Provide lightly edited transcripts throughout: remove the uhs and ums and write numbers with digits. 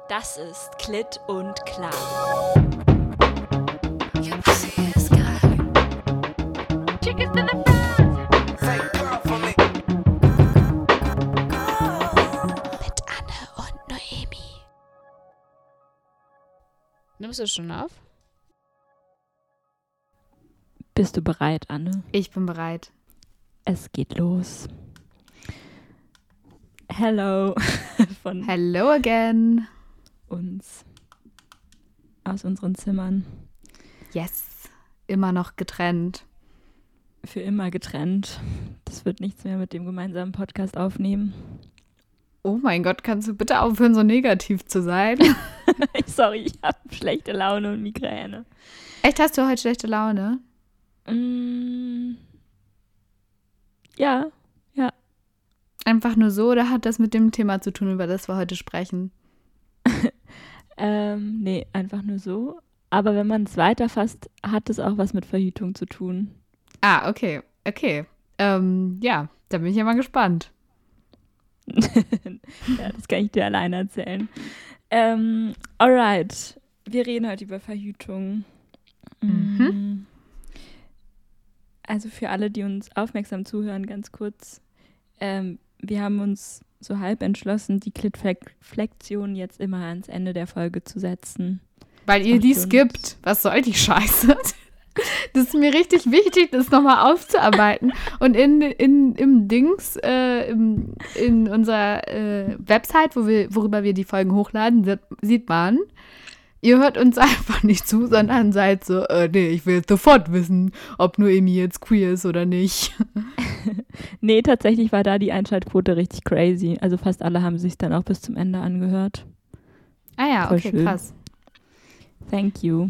Das ist Klitt und Klar. Mit Anne und Noemi. Nimmst du schon auf? Bist du bereit, Anne? Ich bin bereit. Es geht los. Hello von Hello again. uns aus unseren Zimmern. Yes, immer noch getrennt. Für immer getrennt. Das wird nichts mehr mit dem gemeinsamen Podcast aufnehmen. Oh mein Gott, kannst du bitte aufhören, so negativ zu sein? Sorry, ich habe schlechte Laune und Migräne. Echt, hast du heute schlechte Laune? Ja. Einfach nur so oder hat das mit dem Thema zu tun, über das wir heute sprechen? Nee, einfach nur so. Aber wenn man es weiterfasst, hat es auch was mit Verhütung zu tun. Ah, okay. Ja, da bin ich ja mal gespannt. Ja, das kann ich dir alleine erzählen. Alright, wir reden heute über Verhütung. Also für alle, die uns aufmerksam zuhören, ganz kurz. Wir haben uns so halb entschlossen, die Klittflexion jetzt immer ans Ende der Folge zu setzen. Weil ihr die skippt. Was soll die Scheiße? Das ist mir richtig wichtig, das nochmal aufzuarbeiten. Und im Dings, in unserer Website, worüber wir die Folgen hochladen, sieht man, ihr hört uns einfach nicht zu, sondern seid so, nee, ich will jetzt sofort wissen, ob Noemi jetzt queer ist oder nicht. Nee, tatsächlich war da die Einschaltquote richtig crazy. Also fast alle haben sich dann auch bis zum Ende angehört. Ah ja, Voll okay, schön. krass. Thank you.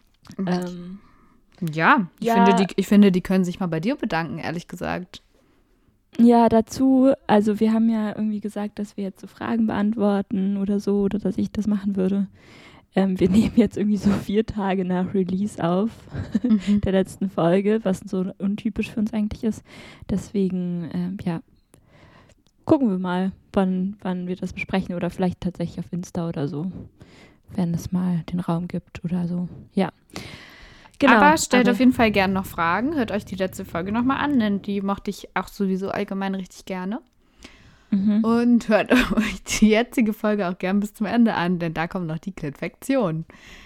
Ich finde, die können sich mal bei dir bedanken, ehrlich gesagt. Ja, dazu, also wir haben ja irgendwie gesagt, dass wir jetzt so Fragen beantworten oder so, oder dass ich das machen würde. Wir nehmen jetzt irgendwie so 4 Tage nach Release auf der letzten Folge, was so untypisch für uns eigentlich ist. Deswegen, gucken wir mal, wann wir das besprechen oder vielleicht tatsächlich auf Insta oder so, wenn es mal den Raum gibt oder so. Ja, genau. Aber stellt auf jeden Fall gerne noch Fragen. Hört euch die letzte Folge nochmal an, denn die mochte ich auch sowieso allgemein richtig gerne. Und hört euch die jetzige Folge auch gern bis zum Ende an, denn da kommt noch die Klittflexion.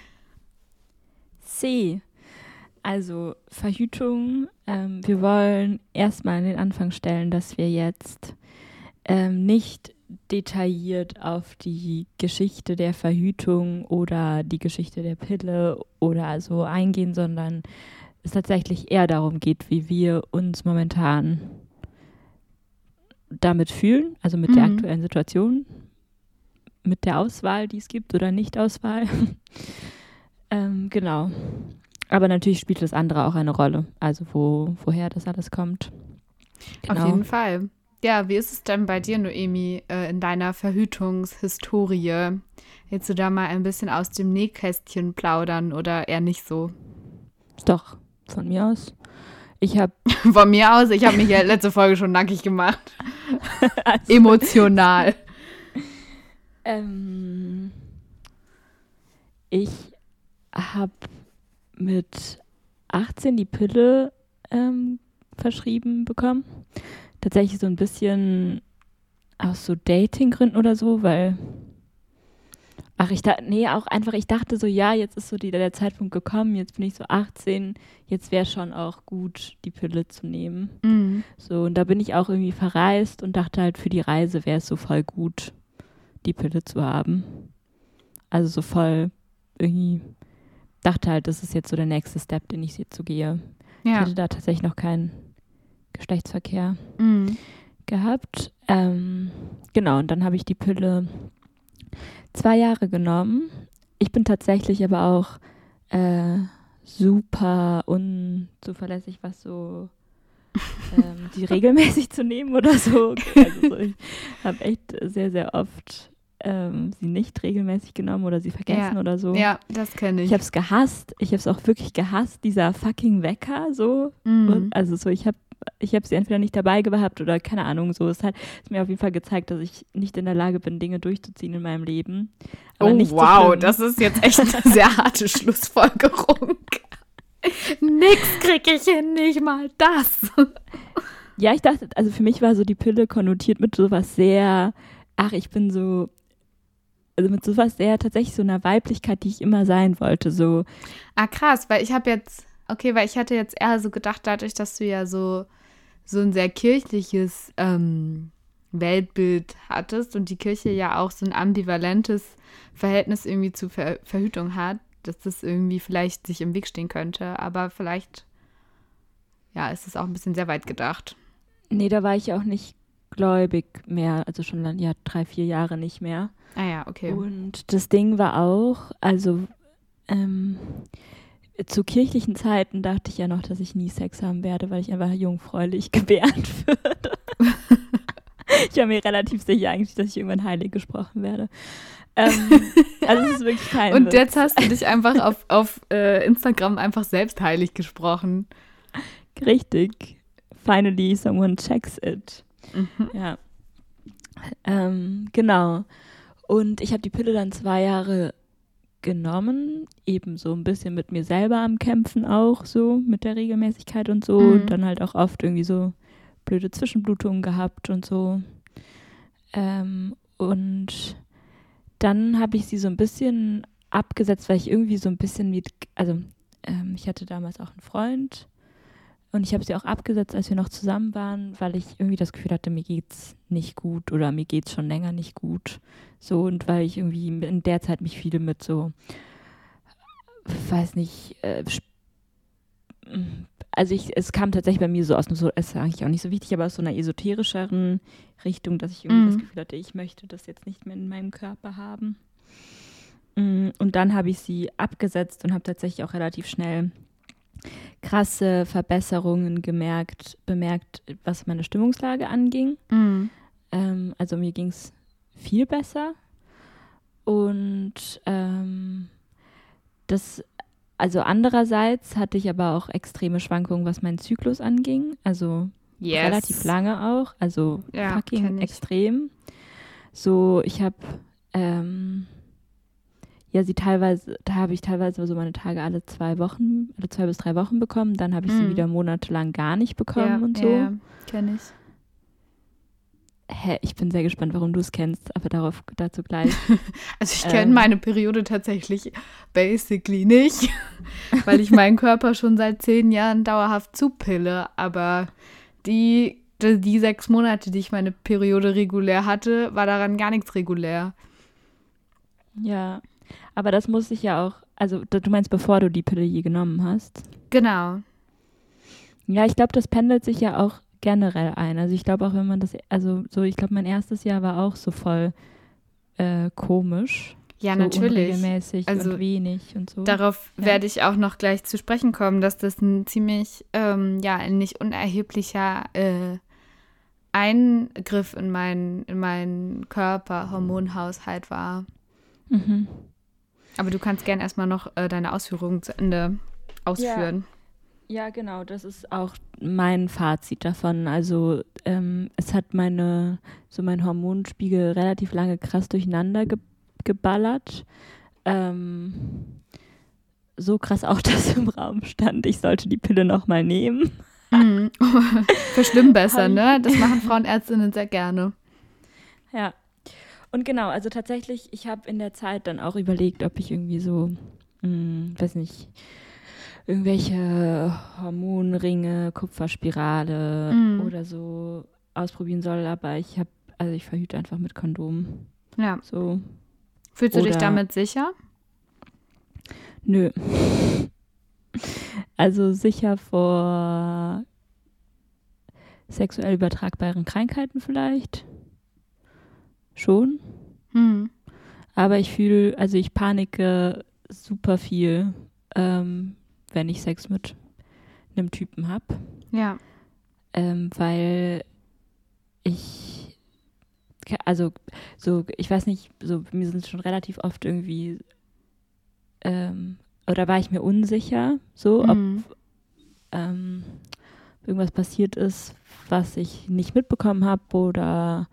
C. Also Verhütung. Wir wollen erstmal an den Anfang stellen, dass wir jetzt nicht detailliert auf die Geschichte der Verhütung oder die Geschichte der Pille oder so eingehen, sondern es tatsächlich eher darum geht, wie wir uns momentan damit fühlen, also mit der aktuellen Situation, mit der Auswahl, die es gibt oder Nicht-Auswahl. Genau. Aber natürlich spielt das andere auch eine Rolle, also woher das alles kommt. Genau. Auf jeden Fall. Ja, wie ist es denn bei dir, Noemi, in deiner Verhütungshistorie? Willst du da mal ein bisschen aus dem Nähkästchen plaudern oder eher nicht so? Doch, von mir aus. Von mir aus, ich habe mich ja letzte Folge schon nackig gemacht. Also, Emotional. Ich habe mit 18 die Pille verschrieben bekommen. Tatsächlich so ein bisschen aus so Datinggründen oder so, weil ich dachte so, ja, jetzt ist so der Zeitpunkt gekommen, jetzt bin ich so 18, jetzt wäre schon auch gut, die Pille zu nehmen. So, und da bin ich auch irgendwie verreist und dachte halt, für die Reise wäre es so voll gut, die Pille zu haben. Also so voll irgendwie, dachte halt, das ist jetzt so der nächste Step, den ich jetzt so gehe. Ja. Ich hatte da tatsächlich noch keinen Geschlechtsverkehr gehabt. Genau, und dann habe ich die Pille 2 Jahre genommen. Ich bin tatsächlich aber auch super unzuverlässig, was so die regelmäßig zu nehmen oder so. Also so, ich habe echt sehr, sehr oft sie nicht regelmäßig genommen oder sie vergessen oder so. Ja, das kenne ich. Ich habe es gehasst. Ich habe es auch wirklich gehasst, dieser fucking Wecker so. Und also so, ich habe ich habe sie entweder nicht dabei gehabt oder keine Ahnung, so. Es hat mir auf jeden Fall gezeigt, dass ich nicht in der Lage bin, Dinge durchzuziehen in meinem Leben. Aber oh, nicht wow, so das ist jetzt echt eine sehr harte Schlussfolgerung. Nix krieg ich hin, nicht mal das. Ja, ich dachte, also für mich war so die Pille konnotiert mit sowas sehr, ich bin so, also mit sowas sehr tatsächlich so einer Weiblichkeit, die ich immer sein wollte, so. Krass, weil ich hatte jetzt eher so gedacht, dadurch, dass du ja so ein sehr kirchliches Weltbild hattest und die Kirche ja auch so ein ambivalentes Verhältnis irgendwie zu Verhütung hat, dass das irgendwie vielleicht sich im Weg stehen könnte, aber vielleicht, ja, ist es auch ein bisschen sehr weit gedacht. Nee, da war ich auch nicht gläubig mehr, also schon 3-4 Jahre nicht mehr. Ah ja, okay. Und das Ding war auch, also zu kirchlichen Zeiten dachte ich ja noch, dass ich nie Sex haben werde, weil ich einfach jungfräulich gebären würde. Ich war mir relativ sicher eigentlich, dass ich irgendwann heilig gesprochen werde. Also es ist wirklich kein Und Witz. jetzt hast du dich einfach auf Instagram einfach selbst heilig gesprochen. Richtig. Finally someone checks it. Mhm. Ja. Genau. Und ich habe die Pille dann 2 Jahre genommen, eben so ein bisschen mit mir selber am Kämpfen auch, so mit der Regelmäßigkeit und so. Mhm. Und dann halt auch oft irgendwie so blöde Zwischenblutungen gehabt und so. Und dann habe ich sie so ein bisschen abgesetzt, weil ich irgendwie so ein bisschen ich hatte damals auch einen Freund und ich habe sie auch abgesetzt, als wir noch zusammen waren, weil ich irgendwie das Gefühl hatte, mir geht's nicht gut oder mir geht's schon länger nicht gut. So, und weil ich irgendwie in der Zeit mich viel mit so, weiß nicht, es kam tatsächlich bei mir so aus so, es ist eigentlich auch nicht so wichtig, aber aus so einer esoterischeren Richtung, dass ich irgendwie das Gefühl hatte, ich möchte das jetzt nicht mehr in meinem Körper haben. Und dann habe ich sie abgesetzt und habe tatsächlich auch relativ schnell krasse Verbesserungen bemerkt, was meine Stimmungslage anging. Mhm. Also mir ging es viel besser. Und also andererseits hatte ich aber auch extreme Schwankungen, was meinen Zyklus anging. Also relativ lange auch. Also fucking extrem. So, ich habe da habe ich teilweise so meine Tage alle 2 bis 3 Wochen bekommen. Dann habe ich sie wieder monatelang gar nicht bekommen und so. Ja, kenne ich. Ich bin sehr gespannt, warum du es kennst, aber dazu gleich. Also ich kenne meine Periode tatsächlich basically nicht, weil ich meinen Körper schon seit 10 Jahren dauerhaft zupille. Aber die 6 Monate, die ich meine Periode regulär hatte, war daran gar nichts regulär. Ja, aber das muss ich ja auch, also du meinst, bevor du die Pille je genommen hast? Genau. Ja, ich glaube, das pendelt sich ja auch generell ein. Also ich glaube auch, wenn man ich glaube, mein erstes Jahr war auch so voll komisch. Ja, so natürlich. Unregelmäßig und wenig und so. Darauf werde ich auch noch gleich zu sprechen kommen, dass das ein ziemlich, ein nicht unerheblicher Eingriff in meinen Körper, Hormonhaushalt war. Mhm. Aber du kannst gern erstmal noch deine Ausführungen zu Ende ausführen. Ja, genau, das ist auch mein Fazit davon. Also es hat mein Hormonspiegel relativ lange krass durcheinander geballert. So krass auch, dass im Raum stand, ich sollte die Pille nochmal nehmen. Verschlimmbessern, ne? Das machen Frauenärztinnen sehr gerne. Ja. Und genau, also tatsächlich, ich habe in der Zeit dann auch überlegt, ob ich irgendwie so, weiß nicht, irgendwelche Hormonringe, Kupferspirale oder so ausprobieren soll, aber ich verhüte einfach mit Kondom. Ja. So. Fühlst du dich damit sicher? Nö. Also sicher vor sexuell übertragbaren Krankheiten vielleicht. Schon. Aber ich panike super viel, wenn ich Sex mit einem Typen habe. Ja. Weil ich weiß nicht, so mir sind schon relativ oft irgendwie oder war ich mir unsicher, so ob irgendwas passiert ist, was ich nicht mitbekommen habe oder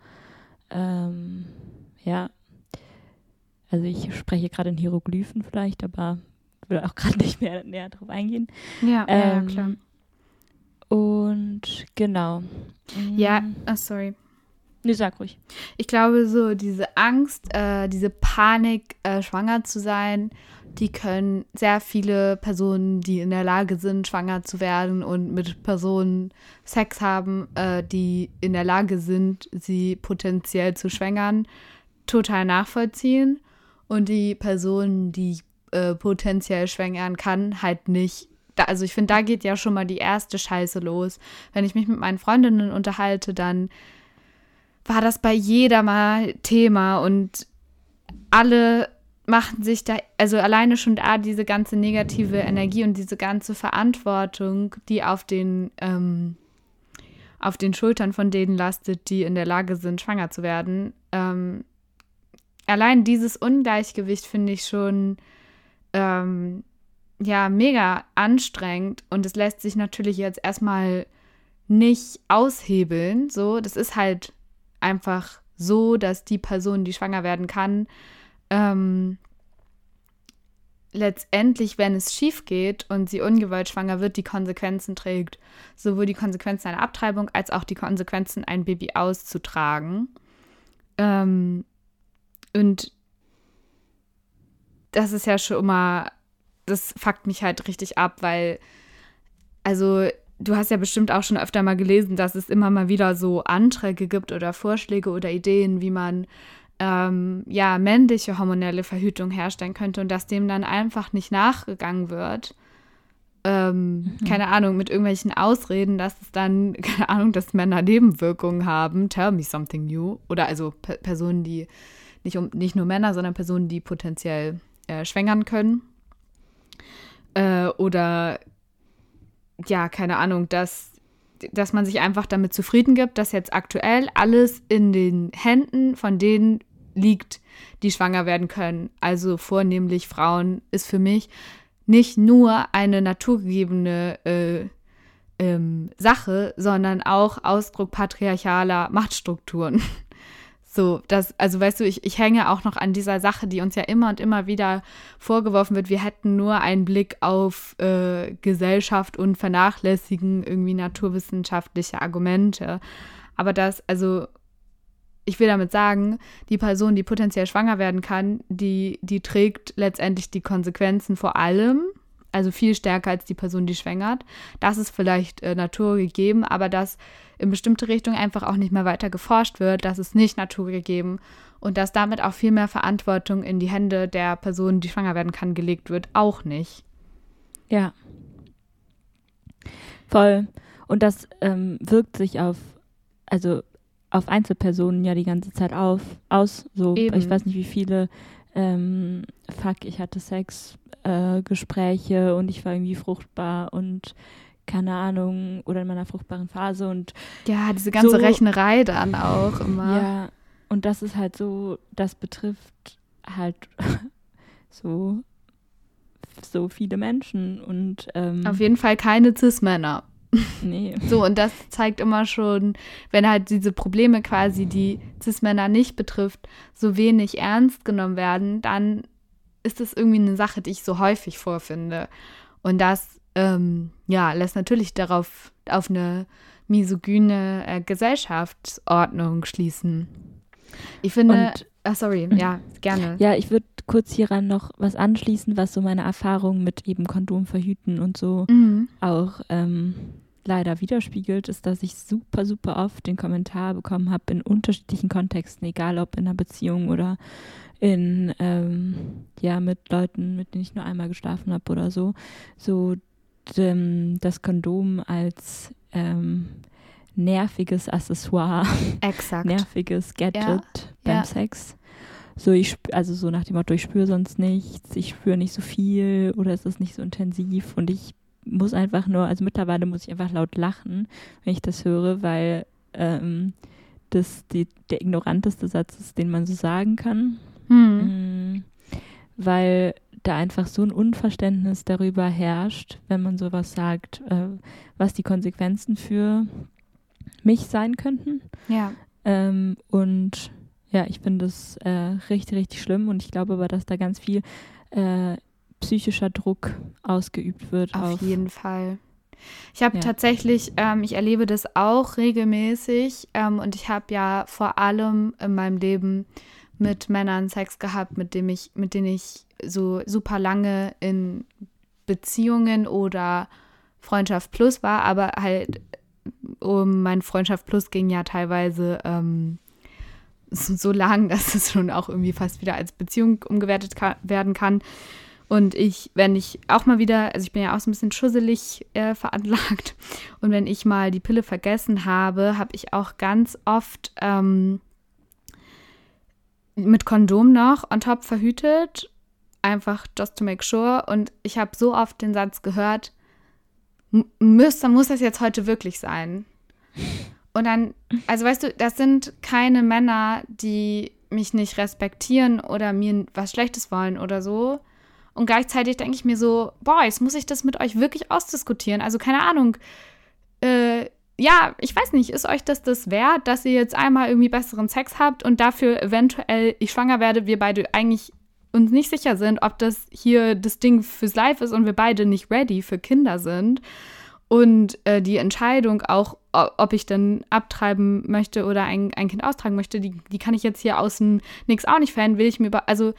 ja, also ich spreche gerade in Hieroglyphen vielleicht, aber will auch gerade nicht mehr näher drauf eingehen. Ja, klar. Und genau. Ja, sorry. Nee, sag ruhig. Ich glaube, so diese Angst, diese Panik, schwanger zu sein, die können sehr viele Personen, die in der Lage sind, schwanger zu werden und mit Personen Sex haben, die in der Lage sind, sie potenziell zu schwängern, total nachvollziehen. Und die Person, die potenziell schwängern kann, halt nicht. Also ich finde, da geht ja schon mal die erste Scheiße los. Wenn ich mich mit meinen Freundinnen unterhalte, dann war das bei jeder mal Thema und alle machten sich da, also alleine schon da diese ganze negative Energie und diese ganze Verantwortung, die auf den Schultern von denen lastet, die in der Lage sind, schwanger zu werden. Allein dieses Ungleichgewicht finde ich schon mega anstrengend und es lässt sich natürlich jetzt erstmal nicht aushebeln. So, das ist halt einfach so, dass die Person, die schwanger werden kann, letztendlich, wenn es schief geht und sie ungewollt schwanger wird, die Konsequenzen trägt. Sowohl die Konsequenzen einer Abtreibung als auch die Konsequenzen, ein Baby auszutragen. Und das ist ja schon mal, das fuckt mich halt richtig ab, weil, also du hast ja bestimmt auch schon öfter mal gelesen, dass es immer mal wieder so Anträge gibt oder Vorschläge oder Ideen, wie man männliche hormonelle Verhütung herstellen könnte und dass dem dann einfach nicht nachgegangen wird. Keine Ahnung, mit irgendwelchen Ausreden, dass es dann, keine Ahnung, dass Männer Nebenwirkungen haben. Tell me something new. Oder also Personen, die nicht nur Männer, sondern Personen, die potenziell schwängern können. Oder ja, keine Ahnung, dass man sich einfach damit zufrieden gibt, dass jetzt aktuell alles in den Händen von denen liegt, die schwanger werden können. Also vornehmlich Frauen ist für mich nicht nur eine naturgegebene Sache, sondern auch Ausdruck patriarchaler Machtstrukturen. So, also weißt du, ich hänge auch noch an dieser Sache, die uns ja immer und immer wieder vorgeworfen wird, wir hätten nur einen Blick auf Gesellschaft und vernachlässigen irgendwie naturwissenschaftliche Argumente. Aber ich will damit sagen, die Person, die potenziell schwanger werden kann, die trägt letztendlich die Konsequenzen vor allem, also viel stärker als die Person, die schwängert. Das ist vielleicht naturgegeben, aber dass in bestimmte Richtungen einfach auch nicht mehr weiter geforscht wird, das ist nicht naturgegeben und dass damit auch viel mehr Verantwortung in die Hände der Person, die schwanger werden kann, gelegt wird, auch nicht. Ja. Voll. Und das wirkt sich auf Einzelpersonen ja die ganze Zeit aus. So, Eben. Ich weiß nicht, wie viele ich hatte Sex, Gespräche und ich war irgendwie fruchtbar und keine Ahnung, oder in meiner fruchtbaren Phase und ja, diese ganze Rechnerei dann auch immer. Ja, und das ist halt so, das betrifft halt so viele Menschen und auf jeden Fall keine Cis-Männer. Nee. So, und das zeigt immer schon, wenn halt diese Probleme quasi, die Cis-Männer nicht betrifft, so wenig ernst genommen werden, dann ist das irgendwie eine Sache, die ich so häufig vorfinde. Und das, lässt natürlich darauf auf eine misogyne Gesellschaftsordnung schließen. Ich finde, gerne. Ja, ich würde kurz hieran noch was anschließen, was so meine Erfahrung mit eben Kondom verhüten und so auch leider widerspiegelt, ist, dass ich super, super oft den Kommentar bekommen habe in unterschiedlichen Kontexten, egal ob in einer Beziehung oder mit Leuten, mit denen ich nur einmal geschlafen habe oder so das Kondom als nerviges Accessoire, Exakt. nerviges Gadget beim Sex. So, so nach dem Motto, ich spüre sonst nichts, ich spüre nicht so viel oder es ist nicht so intensiv und ich muss einfach nur, also mittlerweile muss ich einfach laut lachen, wenn ich das höre, weil das der ignoranteste Satz ist, den man so sagen kann. Weil da einfach so ein Unverständnis darüber herrscht, wenn man sowas sagt, was die Konsequenzen für mich sein könnten. Ja. Und ja, ich finde es richtig, richtig schlimm und ich glaube aber, dass da ganz viel psychischer Druck ausgeübt wird. Auf jeden Fall. Ich habe tatsächlich, ich erlebe das auch regelmäßig und ich habe ja vor allem in meinem Leben mit Männern Sex gehabt, mit denen ich so super lange in Beziehungen oder Freundschaft plus war, aber halt mein Freundschaft plus ging ja teilweise so lang, dass es schon auch irgendwie fast wieder als Beziehung umgewertet werden kann. Und wenn ich auch mal wieder, also ich bin ja auch so ein bisschen schusselig veranlagt, und wenn ich mal die Pille vergessen habe, habe ich auch ganz oft mit Kondom noch on top verhütet, einfach just to make sure. Und ich habe so oft den Satz gehört, muss das jetzt heute wirklich sein? Und dann, also weißt du, das sind keine Männer, die mich nicht respektieren oder mir was Schlechtes wollen oder so. Und gleichzeitig denke ich mir so, boah, jetzt muss ich das mit euch wirklich ausdiskutieren. Also keine Ahnung, ja, ich weiß nicht, ist euch das wert, dass ihr jetzt einmal irgendwie besseren Sex habt und dafür eventuell ich schwanger werde, wir beide eigentlich uns nicht sicher sind, ob das hier das Ding fürs Life ist und wir beide nicht ready für Kinder sind. Und die Entscheidung auch, ob ich dann abtreiben möchte oder ein Kind austragen möchte, die kann ich jetzt hier aus dem Nix auch nicht fällen, will ich mir, also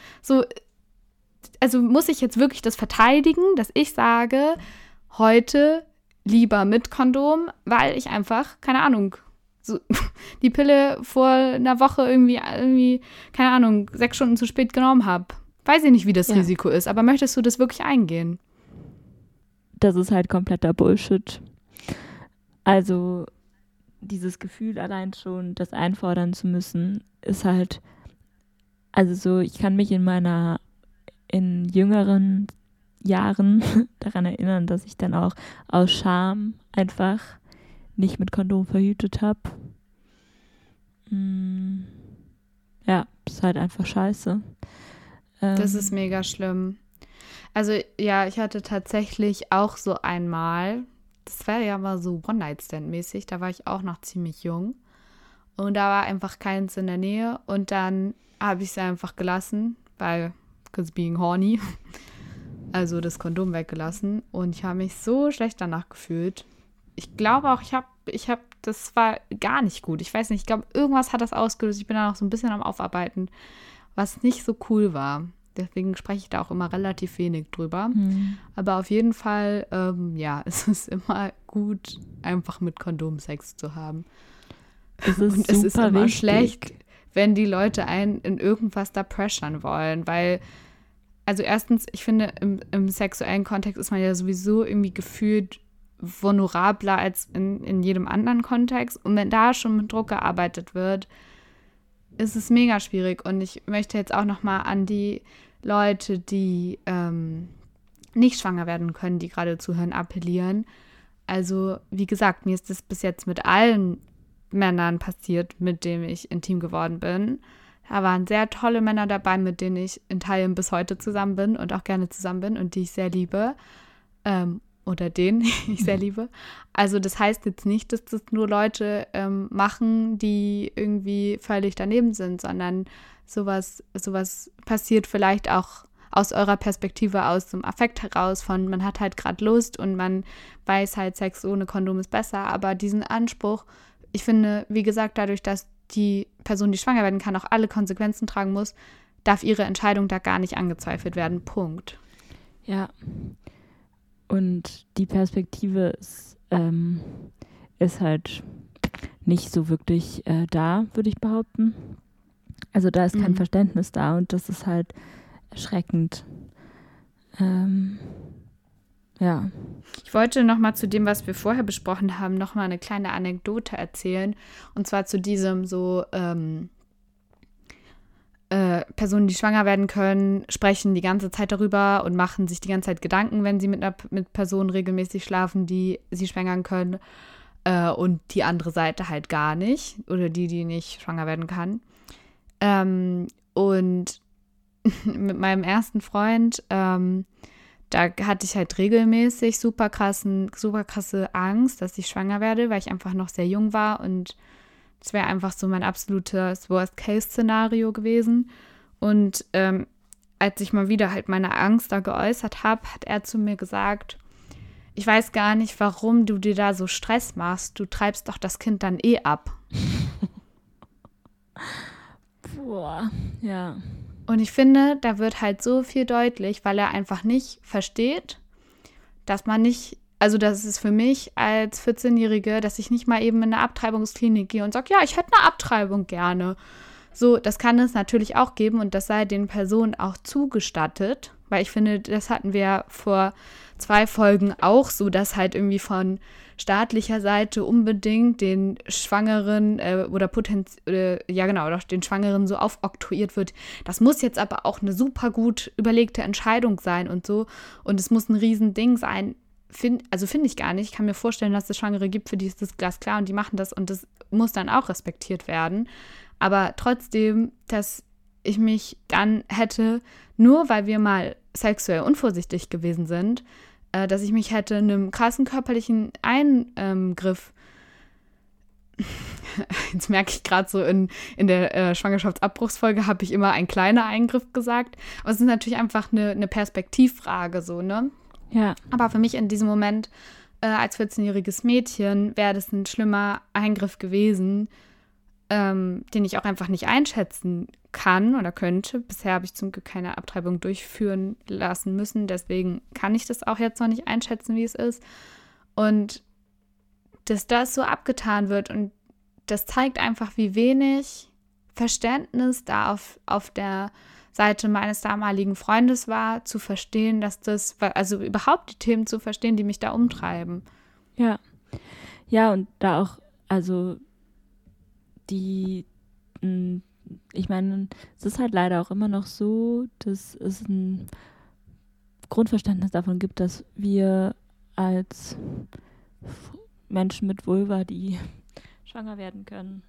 muss ich jetzt wirklich das verteidigen, dass ich sage, heute lieber mit Kondom, weil ich einfach, keine Ahnung, so die Pille vor einer Woche irgendwie, keine Ahnung, 6 Stunden zu spät genommen habe. Weiß ich nicht, wie das Risiko ist, aber möchtest du das wirklich eingehen? Das ist halt kompletter Bullshit. Also dieses Gefühl allein schon, das einfordern zu müssen, ist halt, also so, ich kann mich in jüngeren Jahren daran erinnern, dass ich dann auch aus Scham einfach nicht mit Kondom verhütet habe. Ja, ist halt einfach scheiße. Das ist mega schlimm. Also ja, ich hatte tatsächlich auch so einmal, das war ja mal so One-Night-Stand-mäßig, da war ich auch noch ziemlich jung und da war einfach keins in der Nähe und dann habe ich es einfach gelassen, weil, because being horny, also das Kondom weggelassen und ich habe mich so schlecht danach gefühlt. Ich glaube auch, das war gar nicht gut. Ich weiß nicht, ich glaube, irgendwas hat das ausgelöst. Ich bin da noch so ein bisschen am Aufarbeiten, was nicht so cool war. Deswegen spreche ich da auch immer relativ wenig drüber. Aber auf jeden Fall, ja, es ist immer gut, einfach mit Kondom Sex zu haben. Und es ist immer schlecht, wenn die Leute einen in irgendwas da pressern wollen, weil, also erstens, ich finde, im sexuellen Kontext ist man ja sowieso irgendwie gefühlt vulnerabler als in jedem anderen Kontext. Und wenn da schon mit Druck gearbeitet wird, ist es mega schwierig. Und ich möchte jetzt auch nochmal an die Leute, die nicht schwanger werden können, die gerade zuhören, appellieren. Also, wie gesagt, mir ist das bis jetzt mit allen Männern passiert, mit denen ich intim geworden bin. Da waren sehr tolle Männer dabei, mit denen ich in Teilen bis heute zusammen bin und auch gerne zusammen bin und die ich sehr liebe. Oder den ich sehr liebe. Also das heißt jetzt nicht, dass das nur Leute machen, die irgendwie völlig daneben sind, sondern sowas passiert vielleicht auch aus eurer Perspektive, aus dem Affekt heraus von, man hat halt gerade Lust und man weiß halt, Sex ohne Kondom ist besser, aber diesen Anspruch, ich finde, wie gesagt, dadurch, dass die Person, die schwanger werden kann, auch alle Konsequenzen tragen muss, darf ihre Entscheidung da gar nicht angezweifelt werden. Punkt. Ja. Und die Perspektive ist halt nicht so wirklich da, würde ich behaupten. Also da ist kein Verständnis da und das ist halt erschreckend. Ja. Ich wollte nochmal zu dem, was wir vorher besprochen haben, nochmal eine kleine Anekdote erzählen. Und zwar zu diesem so Personen, die schwanger werden können, sprechen die ganze Zeit darüber und machen sich die ganze Zeit Gedanken, wenn sie mit Personen regelmäßig schlafen, die sie schwängern können. Und die andere Seite halt gar nicht. Oder die nicht schwanger werden kann. Und mit meinem ersten Freund, da hatte ich halt regelmäßig super krasse Angst, dass ich schwanger werde, weil ich einfach noch sehr jung war und es wäre einfach so mein absolutes Worst-Case-Szenario gewesen. Und als ich mal wieder halt meine Angst da geäußert habe, hat er zu mir gesagt, ich weiß gar nicht, warum du dir da so Stress machst. Du treibst doch das Kind dann ab. Boah, ja. Und ich finde, da wird halt so viel deutlich, weil er einfach nicht versteht, dass man nicht, also das ist für mich als 14-Jährige, dass ich nicht mal eben in eine Abtreibungsklinik gehe und sage, ja, ich hätte eine Abtreibung gerne. So, das kann es natürlich auch geben und das sei den Personen auch zugestattet, weil ich finde, das hatten wir vor 2 Folgen auch so, dass halt irgendwie von staatlicher Seite unbedingt den Schwangeren doch den Schwangeren so aufoktroyiert wird. Das muss jetzt aber auch eine super gut überlegte Entscheidung sein und so. Und es muss ein Riesending sein. Finde ich gar nicht. Ich kann mir vorstellen, dass es Schwangere gibt, für die ist das glasklar und die machen das und das muss dann auch respektiert werden. Aber trotzdem, dass ich mich dann hätte, nur weil wir mal sexuell unvorsichtig gewesen sind, dass ich mich hätte einem krassen körperlichen Eingriff, jetzt merke ich gerade so in der Schwangerschaftsabbruchsfolge habe ich immer ein kleiner Eingriff gesagt, aber es ist natürlich einfach eine Perspektivfrage so, ne? Ja. Aber für mich in diesem Moment als 14-jähriges Mädchen wäre das ein schlimmer Eingriff gewesen, den ich auch einfach nicht einschätzen kann oder könnte. Bisher habe ich zum Glück keine Abtreibung durchführen lassen müssen, deswegen kann ich das auch jetzt noch nicht einschätzen, wie es ist. Und dass das so abgetan wird und das zeigt einfach, wie wenig Verständnis da auf der Seite meines damaligen Freundes war, zu verstehen, dass das, also überhaupt die Themen zu verstehen, die mich da umtreiben. Ja. Ja, und da auch, also ich meine, es ist halt leider auch immer noch so, dass es ein Grundverständnis davon gibt, dass wir als Menschen mit Vulva, die schwanger werden können,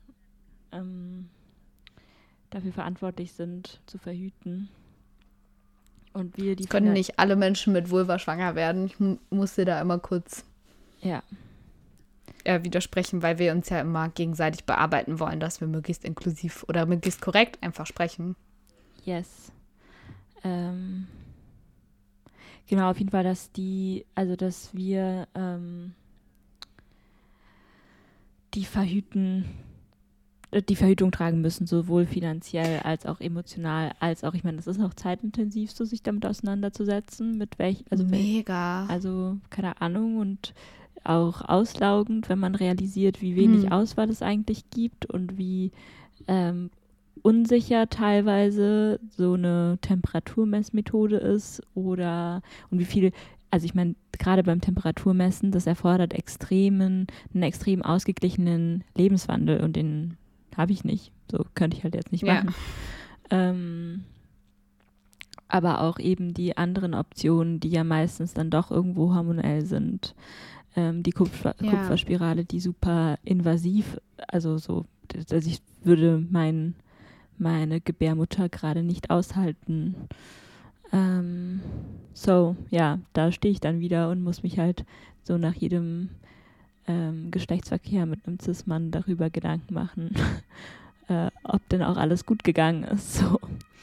dafür verantwortlich sind, zu verhüten. Und wir die können nicht alle Menschen mit Vulva schwanger werden. Ich musste da immer kurz widersprechen, weil wir uns ja immer gegenseitig bearbeiten wollen, dass wir möglichst inklusiv oder möglichst korrekt einfach sprechen. Yes. Genau, auf jeden Fall, dass wir die Verhütung tragen müssen, sowohl finanziell als auch emotional, als auch, ich meine, das ist auch zeitintensiv, so sich damit auseinanderzusetzen, mega. Also, keine Ahnung, und auch auslaugend, wenn man realisiert, wie wenig Auswahl es eigentlich gibt und wie unsicher teilweise so eine Temperaturmessmethode ist und wie viel, also ich meine, gerade beim Temperaturmessen, das erfordert einen extrem ausgeglichenen Lebenswandel und den habe ich nicht. So könnte ich halt jetzt nicht machen. Ja. Aber auch eben die anderen Optionen, die ja meistens dann doch irgendwo hormonell sind. Die Kupferspirale, die super invasiv, also so, dass ich würde meine Gebärmutter gerade nicht aushalten. Da stehe ich dann wieder und muss mich halt so nach jedem Geschlechtsverkehr mit einem Cis-Mann darüber Gedanken machen, ob denn auch alles gut gegangen ist. So.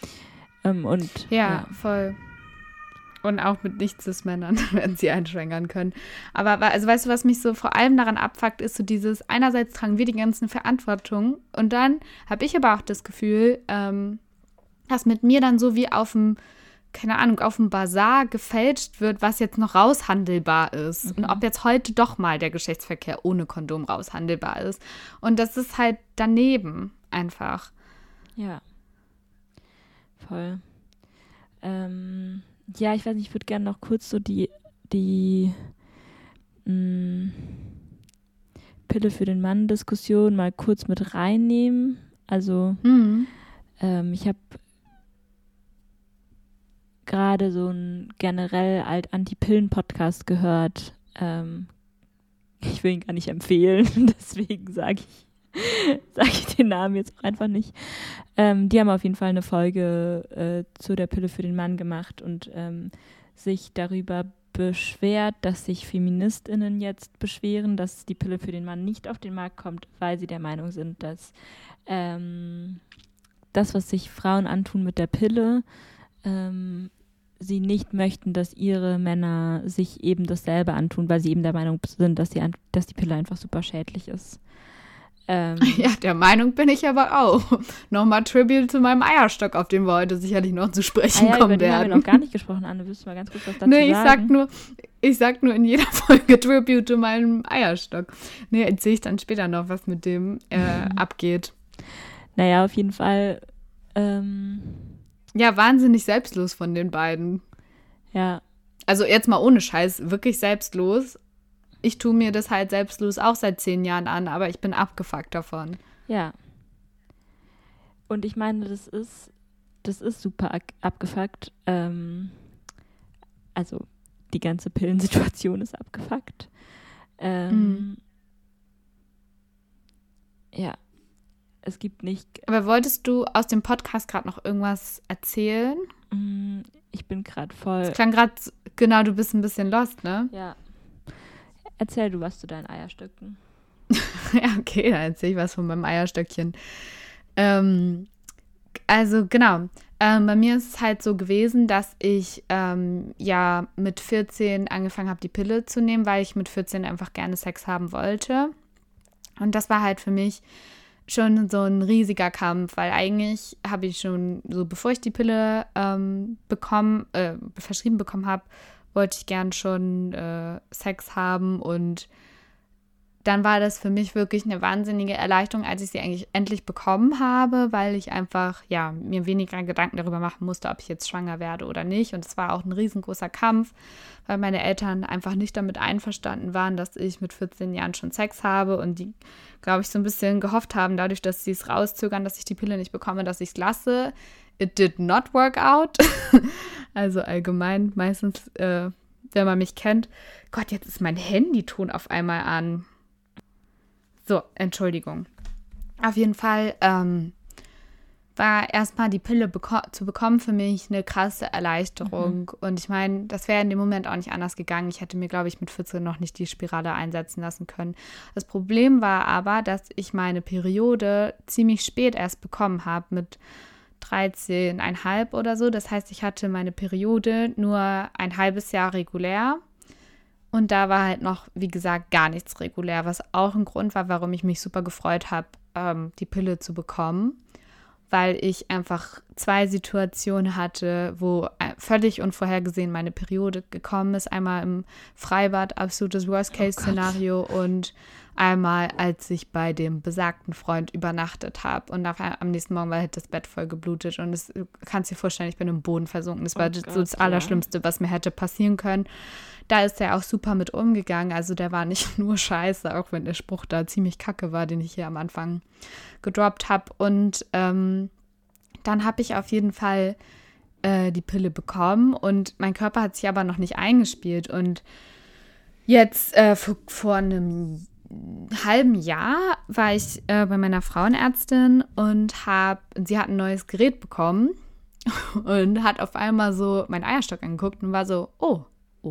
Voll. Und auch mit Nicht-Cis-Männern, wenn sie einschwängern können. Aber also weißt du, was mich so vor allem daran abfuckt, ist so dieses, einerseits tragen wir die ganzen Verantwortung und dann habe ich aber auch das Gefühl, dass mit mir dann so wie auf dem Bazar gefälscht wird, was jetzt noch raushandelbar ist. Und ob jetzt heute doch mal der Geschlechtsverkehr ohne Kondom raushandelbar ist. Und das ist halt daneben einfach. Ja. Voll. Ja, ich weiß nicht, ich würde gerne noch kurz so die Pille für den Mann-Diskussion mal kurz mit reinnehmen. Also ich habe gerade so einen generell Anti-Pillen-Podcast gehört. Ich will ihn gar nicht empfehlen, deswegen sage ich sage ich den Namen jetzt auch einfach nicht. Die haben auf jeden Fall eine Folge zu der Pille für den Mann gemacht und sich darüber beschwert, dass sich FeministInnen jetzt beschweren, dass die Pille für den Mann nicht auf den Markt kommt, weil sie der Meinung sind, dass das, was sich Frauen antun mit der Pille, sie nicht möchten, dass ihre Männer sich eben dasselbe antun, weil sie eben der Meinung sind, dass die Pille einfach super schädlich ist. Ja, der Meinung bin ich aber auch. Nochmal Tribute zu meinem Eierstock, auf den wir heute sicherlich noch zu sprechen kommen über den werden. haben wir noch gar nicht gesprochen, Anne. Willst du mal ganz kurz was dazu sagen? Ich sag nur in jeder Folge Tribute zu meinem Eierstock. Nee, erzähle ich dann später noch, was mit dem abgeht. Naja, auf jeden Fall. Ja, wahnsinnig selbstlos von den beiden. Ja. Also jetzt mal ohne Scheiß, wirklich selbstlos. Ich tue mir das halt selbstlos auch seit 10 Jahren an, aber ich bin abgefuckt davon. Ja. Und ich meine, das ist super abgefuckt. Also die ganze Pillensituation ist abgefuckt. Ja. Es gibt nicht... Aber wolltest du aus dem Podcast gerade noch irgendwas erzählen? Ich bin gerade voll... Es klang gerade, genau, du bist ein bisschen lost, ne? Ja. Erzähl du was zu deinen Eierstöcken. Ja, okay, dann erzähl ich was von meinem Eierstöckchen. Also genau, bei mir ist es halt so gewesen, dass ich ja mit 14 angefangen habe, die Pille zu nehmen, weil ich mit 14 einfach gerne Sex haben wollte. Und das war halt für mich schon so ein riesiger Kampf, weil eigentlich habe ich schon so, bevor ich die Pille verschrieben bekommen habe, wollte ich gern schon Sex haben und dann war das für mich wirklich eine wahnsinnige Erleichterung, als ich sie eigentlich endlich bekommen habe, weil ich einfach, ja, mir weniger Gedanken darüber machen musste, ob ich jetzt schwanger werde oder nicht. Und es war auch ein riesengroßer Kampf, weil meine Eltern einfach nicht damit einverstanden waren, dass ich mit 14 Jahren schon Sex habe und die, glaube ich, so ein bisschen gehofft haben, dadurch, dass sie es rauszögern, dass ich die Pille nicht bekomme, dass ich es lasse. It did not work out. Also allgemein, meistens, wenn man mich kennt. Gott, jetzt ist mein Handyton auf einmal an. So, Entschuldigung. Auf jeden Fall war erstmal die Pille zu bekommen für mich eine krasse Erleichterung. Und ich meine, das wäre in dem Moment auch nicht anders gegangen. Ich hätte mir, glaube ich, mit 14 noch nicht die Spirale einsetzen lassen können. Das Problem war aber, dass ich meine Periode ziemlich spät erst bekommen habe, mit 13,5 oder so. Das heißt, ich hatte meine Periode nur ein halbes Jahr regulär. Und da war halt noch, wie gesagt, gar nichts regulär, was auch ein Grund war, warum ich mich super gefreut habe, die Pille zu bekommen, weil ich einfach 2 Situationen hatte, wo völlig unvorhergesehen meine Periode gekommen ist. Einmal im Freibad, absolutes Worst-Case-Szenario und einmal, als ich bei dem besagten Freund übernachtet habe und am nächsten Morgen war halt das Bett voll geblutet und du kannst dir vorstellen, ich bin im Boden versunken. Das war so das Allerschlimmste, was mir hätte passieren können. Da ist er auch super mit umgegangen. Also der war nicht nur scheiße, auch wenn der Spruch da ziemlich kacke war, den ich hier am Anfang gedroppt habe. Und dann habe ich auf jeden Fall die Pille bekommen und mein Körper hat sich aber noch nicht eingespielt. Und jetzt vor einem halben Jahr war ich bei meiner Frauenärztin und sie hat ein neues Gerät bekommen und hat auf einmal so meinen Eierstock angeguckt und war so, oh.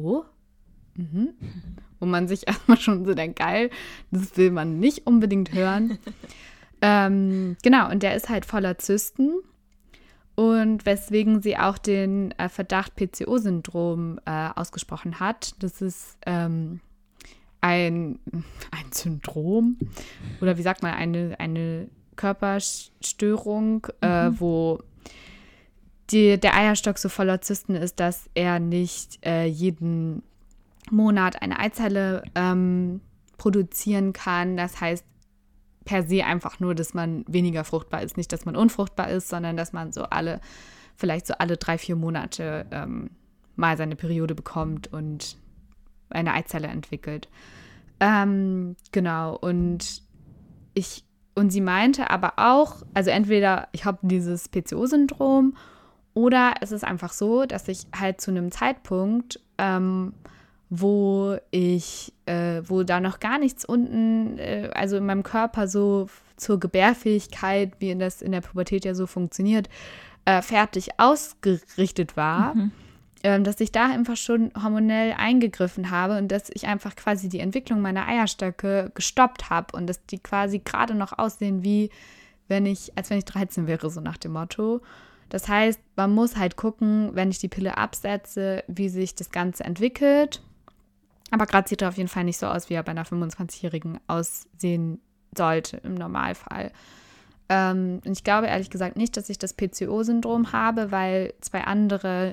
Wo man sich erstmal schon so denkt, geil, das will man nicht unbedingt hören. Genau, und der ist halt voller Zysten und weswegen sie auch den Verdacht PCO-Syndrom ausgesprochen hat. Das ist ein Syndrom oder wie sagt man, eine Körperstörung, wo der Eierstock so voller Zysten ist, dass er nicht jeden Monat eine Eizelle produzieren kann. Das heißt per se einfach nur, dass man weniger fruchtbar ist. Nicht, dass man unfruchtbar ist, sondern dass man vielleicht so alle 3-4 Monate mal seine Periode bekommt und eine Eizelle entwickelt. Genau, und sie meinte aber auch, also entweder ich habe dieses PCO-Syndrom oder es ist einfach so, dass ich halt zu einem Zeitpunkt wo da noch gar nichts unten, also in meinem Körper so zur Gebärfähigkeit, wie das in der Pubertät ja so funktioniert, fertig ausgerichtet war, dass ich da einfach schon hormonell eingegriffen habe und dass ich einfach quasi die Entwicklung meiner Eierstöcke gestoppt habe und dass die quasi gerade noch aussehen wie als wenn ich 13 wäre, so nach dem Motto. Das heißt, man muss halt gucken, wenn ich die Pille absetze, wie sich das Ganze entwickelt. Aber gerade sieht er auf jeden Fall nicht so aus, wie er bei einer 25-Jährigen aussehen sollte im Normalfall. Und ich glaube ehrlich gesagt nicht, dass ich das PCO-Syndrom habe, weil 2 andere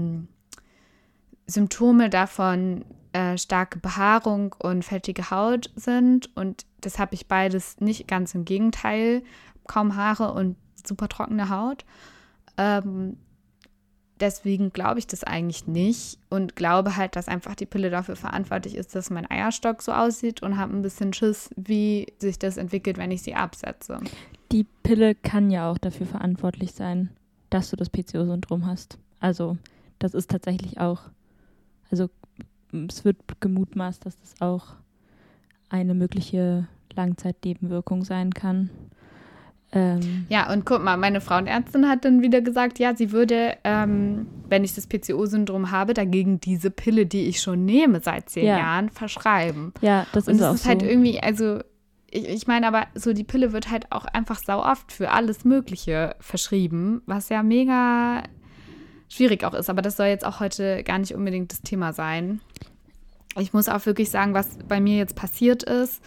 Symptome davon starke Behaarung und fettige Haut sind. Und das habe ich beides nicht, ganz im Gegenteil. Kaum Haare und super trockene Haut. Deswegen glaube ich das eigentlich nicht und glaube halt, dass einfach die Pille dafür verantwortlich ist, dass mein Eierstock so aussieht und habe ein bisschen Schiss, wie sich das entwickelt, wenn ich sie absetze. Die Pille kann ja auch dafür verantwortlich sein, dass du das PCO-Syndrom hast. Also das ist tatsächlich auch, also es wird gemutmaßt, dass das auch eine mögliche Langzeitnebenwirkung sein kann. Ja, und guck mal, meine Frauenärztin hat dann wieder gesagt, ja, sie würde, wenn ich das PCO-Syndrom habe, dagegen diese Pille, die ich schon nehme seit 10 Jahren, verschreiben. Ja, das und ist auch so. Und es ist halt irgendwie, also ich meine, aber so die Pille wird halt auch einfach sau oft für alles Mögliche verschrieben, was ja mega schwierig auch ist. Aber das soll jetzt auch heute gar nicht unbedingt das Thema sein. Ich muss auch wirklich sagen, was bei mir jetzt passiert ist,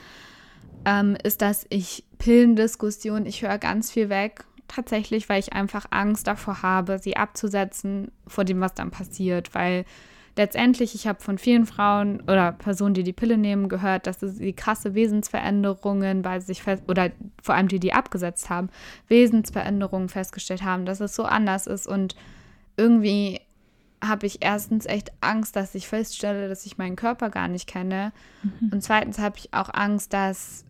dass ich Pillendiskussion, ich höre ganz viel weg, tatsächlich, weil ich einfach Angst davor habe, sie abzusetzen vor dem, was dann passiert, weil letztendlich, ich habe von vielen Frauen oder Personen, die die Pille nehmen, gehört, dass sie krasse Wesensveränderungen oder vor allem die abgesetzt haben, Wesensveränderungen festgestellt haben, dass es so anders ist und irgendwie habe ich erstens echt Angst, dass ich feststelle, dass ich meinen Körper gar nicht kenne und zweitens habe ich auch Angst, dass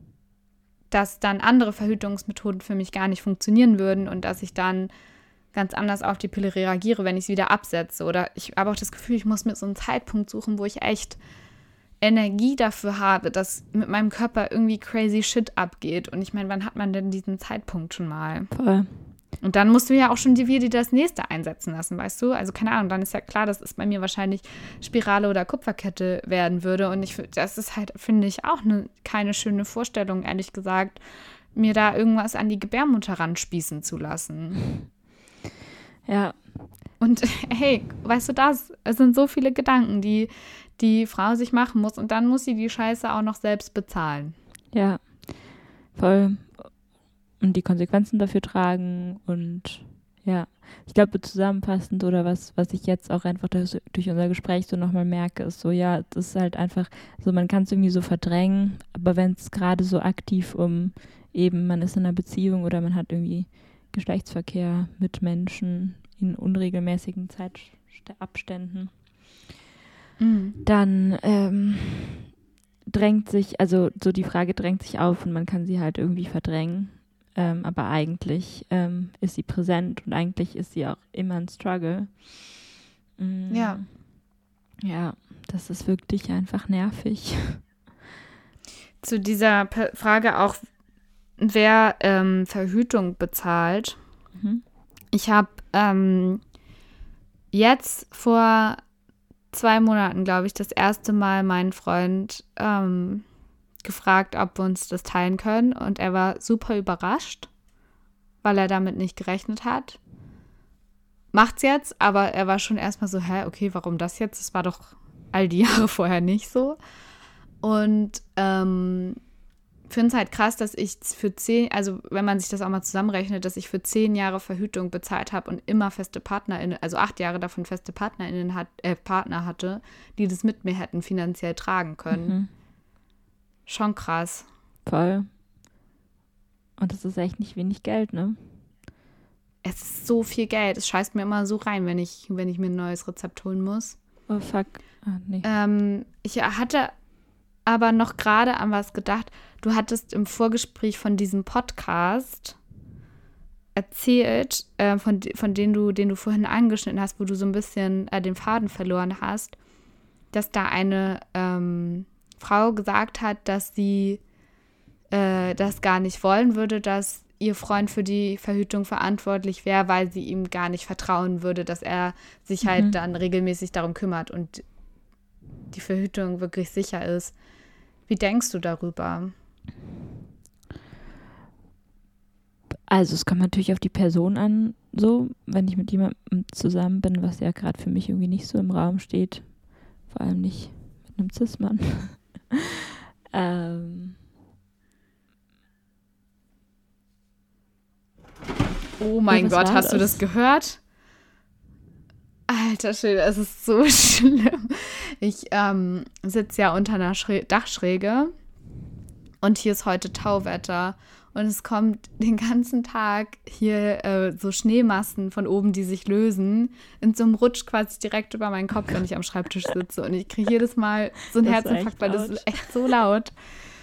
dann andere Verhütungsmethoden für mich gar nicht funktionieren würden und dass ich dann ganz anders auf die Pille reagiere, wenn ich sie wieder absetze. Oder ich habe auch das Gefühl, ich muss mir so einen Zeitpunkt suchen, wo ich echt Energie dafür habe, dass mit meinem Körper irgendwie crazy shit abgeht. Und ich meine, wann hat man denn diesen Zeitpunkt schon mal? Voll. Und dann musst du ja auch schon dir das nächste einsetzen lassen, weißt du? Also keine Ahnung, dann ist ja klar, dass es bei mir wahrscheinlich Spirale oder Kupferkette werden würde. Und das ist halt, finde ich, auch keine schöne Vorstellung, ehrlich gesagt, mir da irgendwas an die Gebärmutter ranspießen zu lassen. Ja. Und hey, weißt du das? Es sind so viele Gedanken, die Frau sich machen muss und dann muss sie die Scheiße auch noch selbst bezahlen. Ja, voll. Und die Konsequenzen dafür tragen und ja, ich glaube zusammenfassend oder was ich jetzt auch einfach durch unser Gespräch so nochmal merke, ist so, ja, das ist halt einfach so, man kann es irgendwie so verdrängen, aber wenn es gerade so aktiv man ist in einer Beziehung oder man hat irgendwie Geschlechtsverkehr mit Menschen in unregelmäßigen Zeitabständen, dann drängt sich auf und man kann sie halt irgendwie verdrängen. Aber eigentlich ist sie präsent und eigentlich ist sie auch immer ein Struggle. Ja. Ja, das ist wirklich einfach nervig. Zu dieser Frage auch, wer Verhütung bezahlt. Ich habe jetzt vor 2 Monaten, glaube ich, das erste Mal meinen Freund gefragt, ob wir uns das teilen können. Und er war super überrascht, weil er damit nicht gerechnet hat. Macht's jetzt, aber er war schon erstmal so, okay, warum das jetzt? Das war doch all die Jahre vorher nicht so. Und finde es halt krass, dass ich also wenn man sich das auch mal zusammenrechnet, dass ich für 10 Jahre Verhütung bezahlt habe und immer feste PartnerInnen, also 8 Jahre davon feste Partner hatte, die das mit mir hätten finanziell tragen können. Schon krass. Voll. Und das ist echt nicht wenig Geld, ne? Es ist so viel Geld. Es scheißt mir immer so rein, wenn ich mir ein neues Rezept holen muss. Oh, fuck. Nee. Ich hatte aber noch gerade an was gedacht. Du hattest im Vorgespräch von diesem Podcast erzählt, von den du vorhin angeschnitten hast, wo du so ein bisschen den Faden verloren hast. dass da eine Frau gesagt hat, dass sie das gar nicht wollen würde, dass ihr Freund für die Verhütung verantwortlich wäre, weil sie ihm gar nicht vertrauen würde, dass er sich halt dann regelmäßig darum kümmert und die Verhütung wirklich sicher ist. Wie denkst du darüber? Also es kommt natürlich auf die Person an, so, wenn ich mit jemandem zusammen bin, was ja gerade für mich irgendwie nicht so im Raum steht, vor allem nicht mit einem Cis-Mann. Oh mein was Gott, war hast du das? das gehört? Alter Schwede, es ist so schlimm. Ich sitze ja unter einer Dachschräge und hier ist heute Tauwetter und es kommt den ganzen Tag hier so Schneemassen von oben, die sich lösen, in so einem Rutsch quasi direkt über meinen Kopf, wenn ich am Schreibtisch sitze und ich kriege jedes Mal so einen Das war Herzinfarkt, echt weil das laut. ist echt so laut.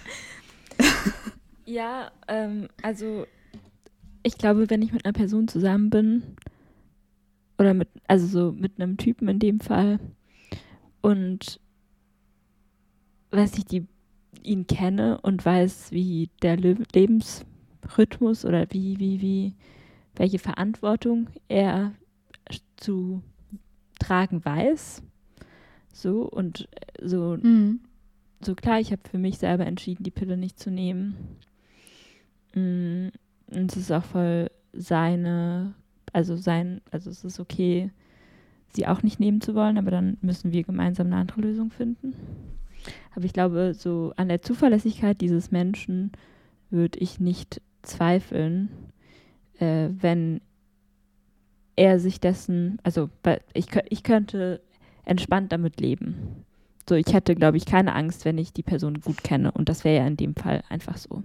Ja, also ich glaube, wenn ich mit einer Person zusammen bin, oder mit einem Typen in dem Fall, und weiß ich, ihn kenne und weiß, wie der Lebensrhythmus oder welche Verantwortung er zu tragen weiß. So, und so klar, ich habe für mich selber entschieden, die Pille nicht zu nehmen. Und es ist auch voll also es ist okay, sie auch nicht nehmen zu wollen, aber dann müssen wir gemeinsam eine andere Lösung finden. Aber ich glaube, so an der Zuverlässigkeit dieses Menschen würde ich nicht zweifeln, wenn er sich dessen, also ich könnte entspannt damit leben. So, ich hätte, glaube ich, keine Angst, wenn ich die Person gut kenne. Und das wäre ja in dem Fall einfach so.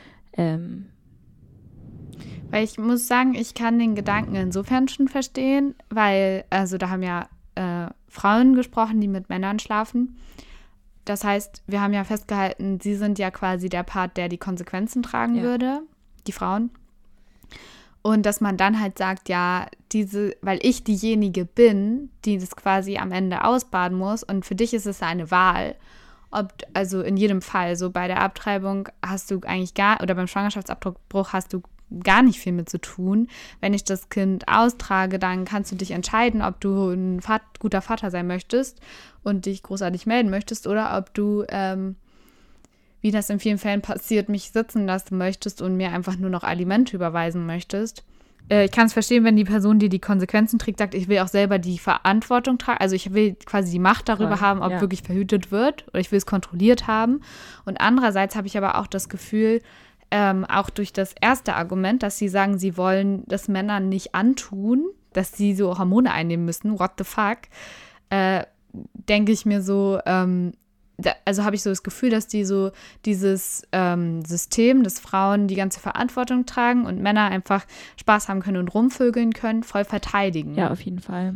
Weil ich muss sagen, ich kann den Gedanken insofern schon verstehen, weil, also da haben ja Frauen gesprochen, die mit Männern schlafen. Das heißt, wir haben ja festgehalten, sie sind ja quasi der Part, der die Konsequenzen tragen würde, die Frauen. Und dass man dann halt sagt, ja, weil ich diejenige bin, die das quasi am Ende ausbaden muss und für dich ist es eine Wahl. Also in jedem Fall, so bei der Abtreibung hast du eigentlich oder beim Schwangerschaftsabbruch hast du gar nicht viel mit zu tun. Wenn ich das Kind austrage, dann kannst du dich entscheiden, ob du ein guter Vater sein möchtest und dich großartig melden möchtest oder ob du, wie das in vielen Fällen passiert, mich sitzen lassen möchtest und mir einfach nur noch Alimente überweisen möchtest. Ich kann es verstehen, wenn die Person, die die Konsequenzen trägt, sagt, ich will auch selber die Verantwortung tragen. Also ich will quasi die Macht darüber haben, ob wirklich verhütet wird oder ich will es kontrolliert haben. Und andererseits habe ich aber auch das Gefühl, auch durch das erste Argument, dass sie sagen, sie wollen das Männern nicht antun, dass sie so Hormone einnehmen müssen, what the fuck, denke ich mir so, also habe ich so das Gefühl, dass die so dieses System, dass Frauen die ganze Verantwortung tragen und Männer einfach Spaß haben können und rumvögeln können, voll verteidigen. Ja, auf jeden Fall.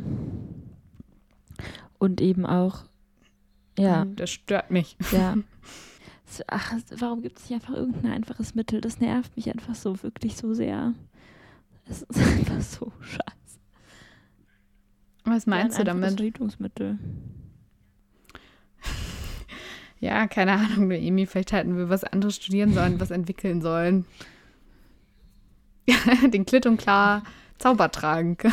Und eben auch, ja. Das stört mich. Ja. Ach, warum gibt es nicht einfach irgendein einfaches Mittel? Das nervt mich einfach so, wirklich so sehr. Es ist einfach so scheiße. Was meinst du damit? Verhütungsmittel. Ja, keine Ahnung, Emi, vielleicht hätten wir was anderes studieren sollen, was entwickeln sollen. Den klitt und klar Zaubertrank.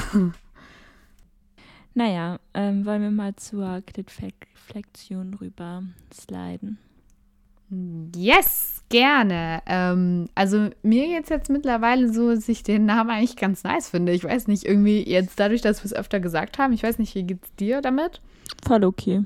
Naja, wollen wir mal zur Klittflexion rüber sliden. Yes, gerne. Also mir jetzt mittlerweile so, dass ich den Namen eigentlich ganz nice finde. Ich weiß nicht, irgendwie jetzt dadurch, dass wir es öfter gesagt haben, ich weiß nicht, wie geht's dir damit? Voll okay.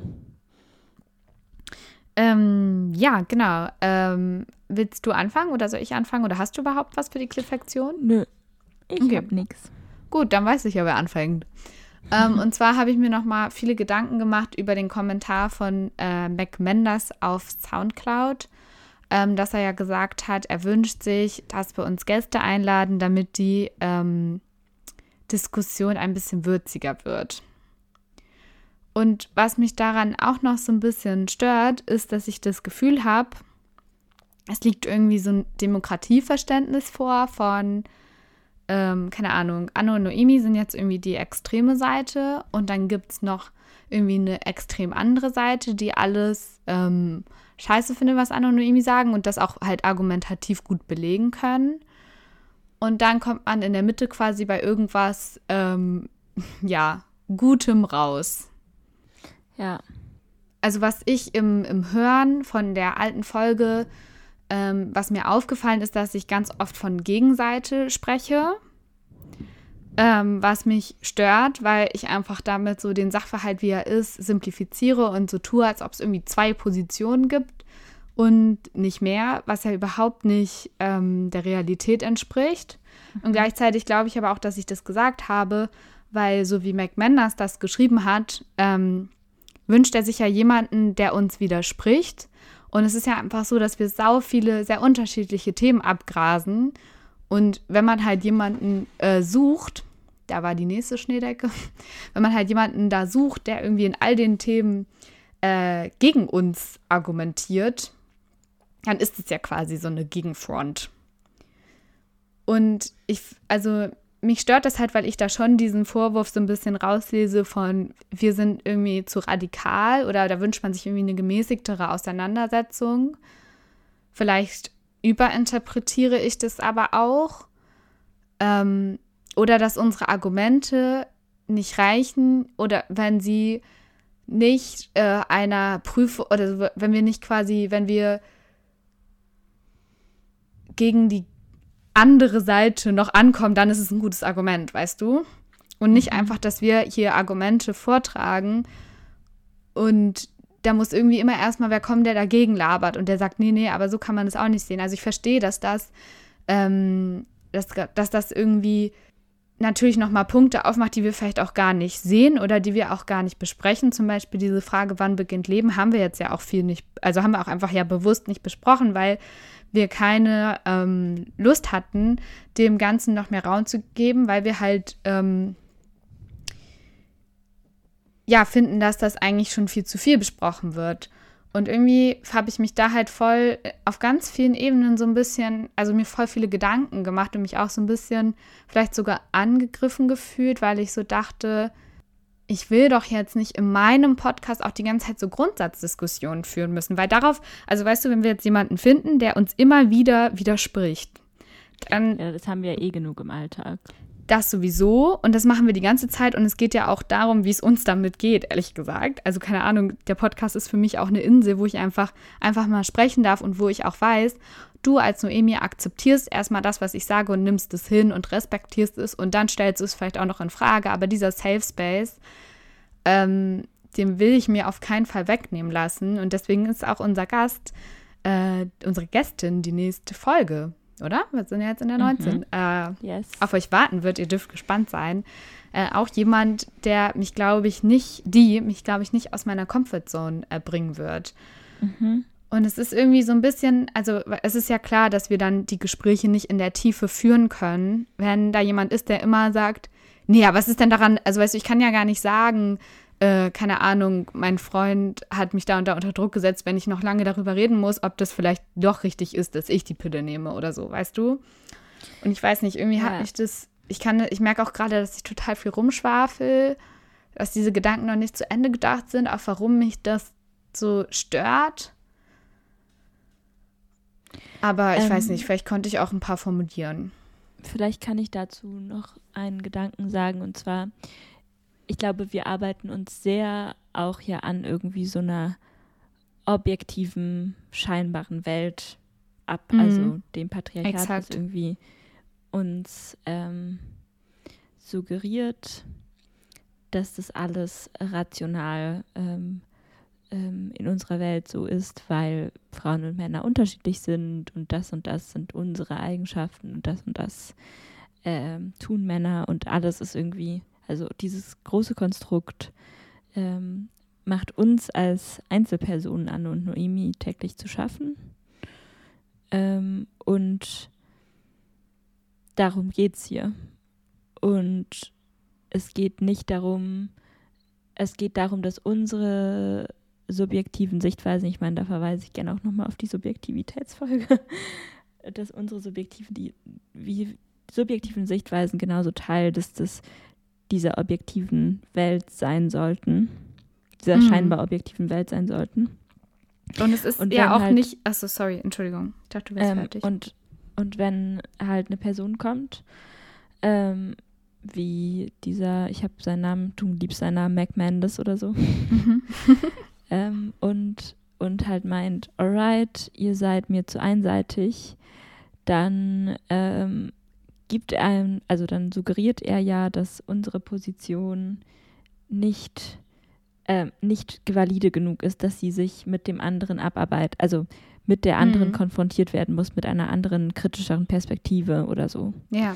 Ja, genau. Willst du anfangen oder soll ich anfangen oder hast du überhaupt was für die Klittflexion? Nö, ich hab nix. Gut, dann weiß ich ja, wer anfängt. Und zwar habe ich mir noch mal viele Gedanken gemacht über den Kommentar von Mac Menders auf Soundcloud, dass er ja gesagt hat, er wünscht sich, dass wir uns Gäste einladen, damit die Diskussion ein bisschen würziger wird. Und was mich daran auch noch so ein bisschen stört, ist, dass ich das Gefühl habe, es liegt irgendwie so ein Demokratieverständnis vor von keine Ahnung, Anno und Noemi sind jetzt irgendwie die extreme Seite und dann gibt es noch irgendwie eine extrem andere Seite, die alles scheiße findet, was Anno und Noemi sagen und das auch halt argumentativ gut belegen können. Und dann kommt man in der Mitte quasi bei irgendwas, Gutem raus. Ja. Also was ich im Hören von der alten Folge, was mir aufgefallen ist, dass ich ganz oft von Gegenseite spreche, was mich stört, weil ich einfach damit so den Sachverhalt, wie er ist, simplifiziere und so tue, als ob es irgendwie 2 Positionen gibt und nicht mehr, was ja überhaupt nicht der Realität entspricht. Und gleichzeitig glaube ich aber auch, dass ich das gesagt habe, weil so wie McManus das geschrieben hat, wünscht er sich ja jemanden, der uns widerspricht. Und es ist ja einfach so, dass wir sau viele sehr unterschiedliche Themen abgrasen. Und wenn man halt jemanden sucht, da war die nächste Schneedecke, wenn man halt jemanden da sucht, der irgendwie in all den Themen gegen uns argumentiert, dann ist es ja quasi so eine Gegenfront. Und mich stört das halt, weil ich da schon diesen Vorwurf so ein bisschen rauslese von, wir sind irgendwie zu radikal oder da wünscht man sich irgendwie eine gemäßigtere Auseinandersetzung. Vielleicht überinterpretiere ich das aber auch. Oder dass unsere Argumente nicht reichen oder wenn sie nicht einer Prüfung oder wenn wir gegen die andere Seite noch ankommen, dann ist es ein gutes Argument, weißt du? Und nicht einfach, dass wir hier Argumente vortragen und da muss irgendwie immer erstmal wer kommen, der dagegen labert und der sagt, nee, aber so kann man das auch nicht sehen. Also ich verstehe, dass das irgendwie natürlich nochmal Punkte aufmacht, die wir vielleicht auch gar nicht sehen oder die wir auch gar nicht besprechen. Zum Beispiel diese Frage, wann beginnt Leben, haben wir jetzt ja auch haben wir auch einfach ja bewusst nicht besprochen, weil wir keine Lust hatten, dem Ganzen noch mehr Raum zu geben, weil wir halt finden, dass das eigentlich schon viel zu viel besprochen wird. Und irgendwie habe ich mich da halt voll auf ganz vielen Ebenen so ein bisschen, also mir voll viele Gedanken gemacht und mich auch so ein bisschen vielleicht sogar angegriffen gefühlt, weil ich so dachte, ich will doch jetzt nicht in meinem Podcast auch die ganze Zeit so Grundsatzdiskussionen führen müssen, weil darauf, also weißt du, wenn wir jetzt jemanden finden, der uns immer wieder widerspricht, dann... Ja, das haben wir ja eh genug im Alltag. Das sowieso und das machen wir die ganze Zeit und es geht ja auch darum, wie es uns damit geht, ehrlich gesagt. Also keine Ahnung, der Podcast ist für mich auch eine Insel, wo ich einfach mal sprechen darf und wo ich auch weiß, du als Noemi akzeptierst erstmal das, was ich sage und nimmst es hin und respektierst es und dann stellst du es vielleicht auch noch in Frage. Aber dieser Safe Space, den will ich mir auf keinen Fall wegnehmen lassen und deswegen ist auch unser Gast, unsere Gästin die nächste Folge. Oder? Wir sind ja jetzt in der 19. Yes. Auf euch warten wird, ihr dürft gespannt sein. Auch jemand, der mich, glaube ich, nicht aus meiner Comfortzone bringen wird. Mhm. Und es ist irgendwie so ein bisschen, also es ist ja klar, dass wir dann die Gespräche nicht in der Tiefe führen können, wenn da jemand ist, der immer sagt, nee, aber was ist denn daran, also weißt du, ich kann ja gar nicht sagen, keine Ahnung, mein Freund hat mich da und da unter Druck gesetzt, wenn ich noch lange darüber reden muss, ob das vielleicht doch richtig ist, dass ich die Pille nehme oder so, weißt du? Und ich weiß nicht, irgendwie hat mich das, ich merke auch gerade, dass ich total viel rumschwafel, dass diese Gedanken noch nicht zu Ende gedacht sind, auch warum mich das so stört. Aber ich weiß nicht, vielleicht konnte ich auch ein paar formulieren. Vielleicht kann ich dazu noch einen Gedanken sagen und zwar, ich glaube, wir arbeiten uns sehr auch ja an irgendwie so einer objektiven, scheinbaren Welt ab. Also dem Patriarchat, Exakt. das irgendwie uns suggeriert, dass das alles rational in unserer Welt so ist, weil Frauen und Männer unterschiedlich sind und das sind unsere Eigenschaften und das tun Männer und alles ist irgendwie, also dieses große Konstrukt macht uns als Einzelpersonen, Anne und Noemi, täglich zu schaffen. Und darum geht es hier. Und es geht darum, dass unsere subjektiven Sichtweisen, ich meine, da verweise ich gerne auch nochmal auf die Subjektivitätsfolge, dass unsere subjektiven, wie subjektiven Sichtweisen genauso Teil dieser objektiven Welt sein sollten. Dieser scheinbar objektiven Welt sein sollten. Und es ist ja auch halt, nicht, achso, sorry, Entschuldigung, ich dachte, du wärst fertig. Und wenn halt eine Person kommt, wie dieser, ich habe seinen Namen, du liebst seinen Namen, Mac Mendes oder so, und halt meint, alright, ihr seid mir zu einseitig, dann dann suggeriert er ja, dass unsere Position nicht valide genug ist, dass sie sich mit dem anderen abarbeitet, also mit der anderen konfrontiert werden muss, mit einer anderen, kritischeren Perspektive oder so. Ja.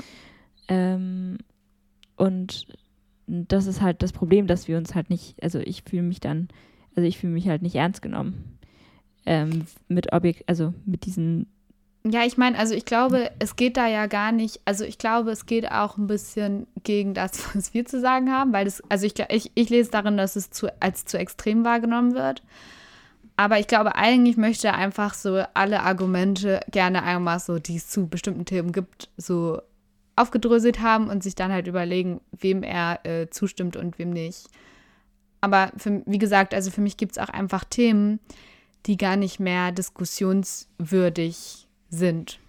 Und das ist halt das Problem, dass wir uns halt nicht, ich fühle mich halt nicht ernst genommen. Mit diesen. Ja, ich meine, also ich glaube, es geht da ja gar nicht, also ich glaube, es geht auch ein bisschen gegen das, was wir zu sagen haben, weil ich lese darin, dass es als zu extrem wahrgenommen wird. Aber ich glaube, eigentlich möchte er einfach so alle Argumente gerne einmal so, die es zu bestimmten Themen gibt, so aufgedröselt haben und sich dann halt überlegen, wem er zustimmt und wem nicht. Aber wie gesagt, also für mich gibt es auch einfach Themen, die gar nicht mehr diskussionswürdig sind.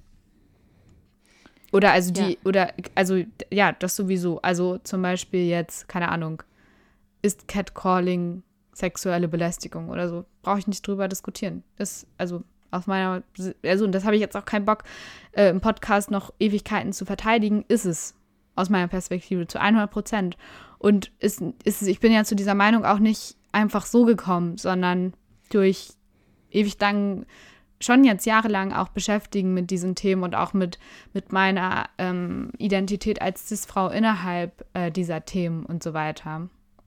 Oder das sowieso. Also zum Beispiel jetzt, keine Ahnung, ist Catcalling sexuelle Belästigung oder so? Brauche ich nicht drüber diskutieren. Und das habe ich jetzt auch keinen Bock, im Podcast noch Ewigkeiten zu verteidigen, ist es aus meiner Perspektive zu 100%. Und ich bin ja zu dieser Meinung auch nicht einfach so gekommen, sondern durch ewig lang, schon jetzt jahrelang auch beschäftigen mit diesen Themen und auch mit meiner Identität als Cis-Frau innerhalb dieser Themen und so weiter.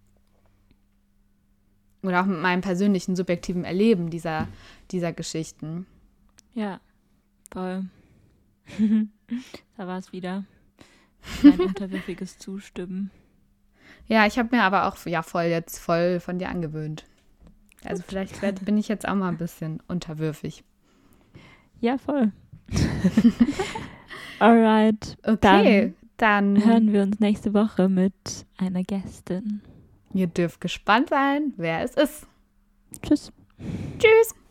Oder auch mit meinem persönlichen, subjektiven Erleben dieser Geschichten. Ja, voll. Da war es wieder. Mein unterwürfiges Zustimmen. Ja, ich habe mir aber auch voll von dir angewöhnt. Also vielleicht bin ich jetzt auch mal ein bisschen unterwürfig. Ja, voll. Alright. Okay, dann hören wir uns nächste Woche mit einer Gästin. Ihr dürft gespannt sein, wer es ist. Tschüss. Tschüss.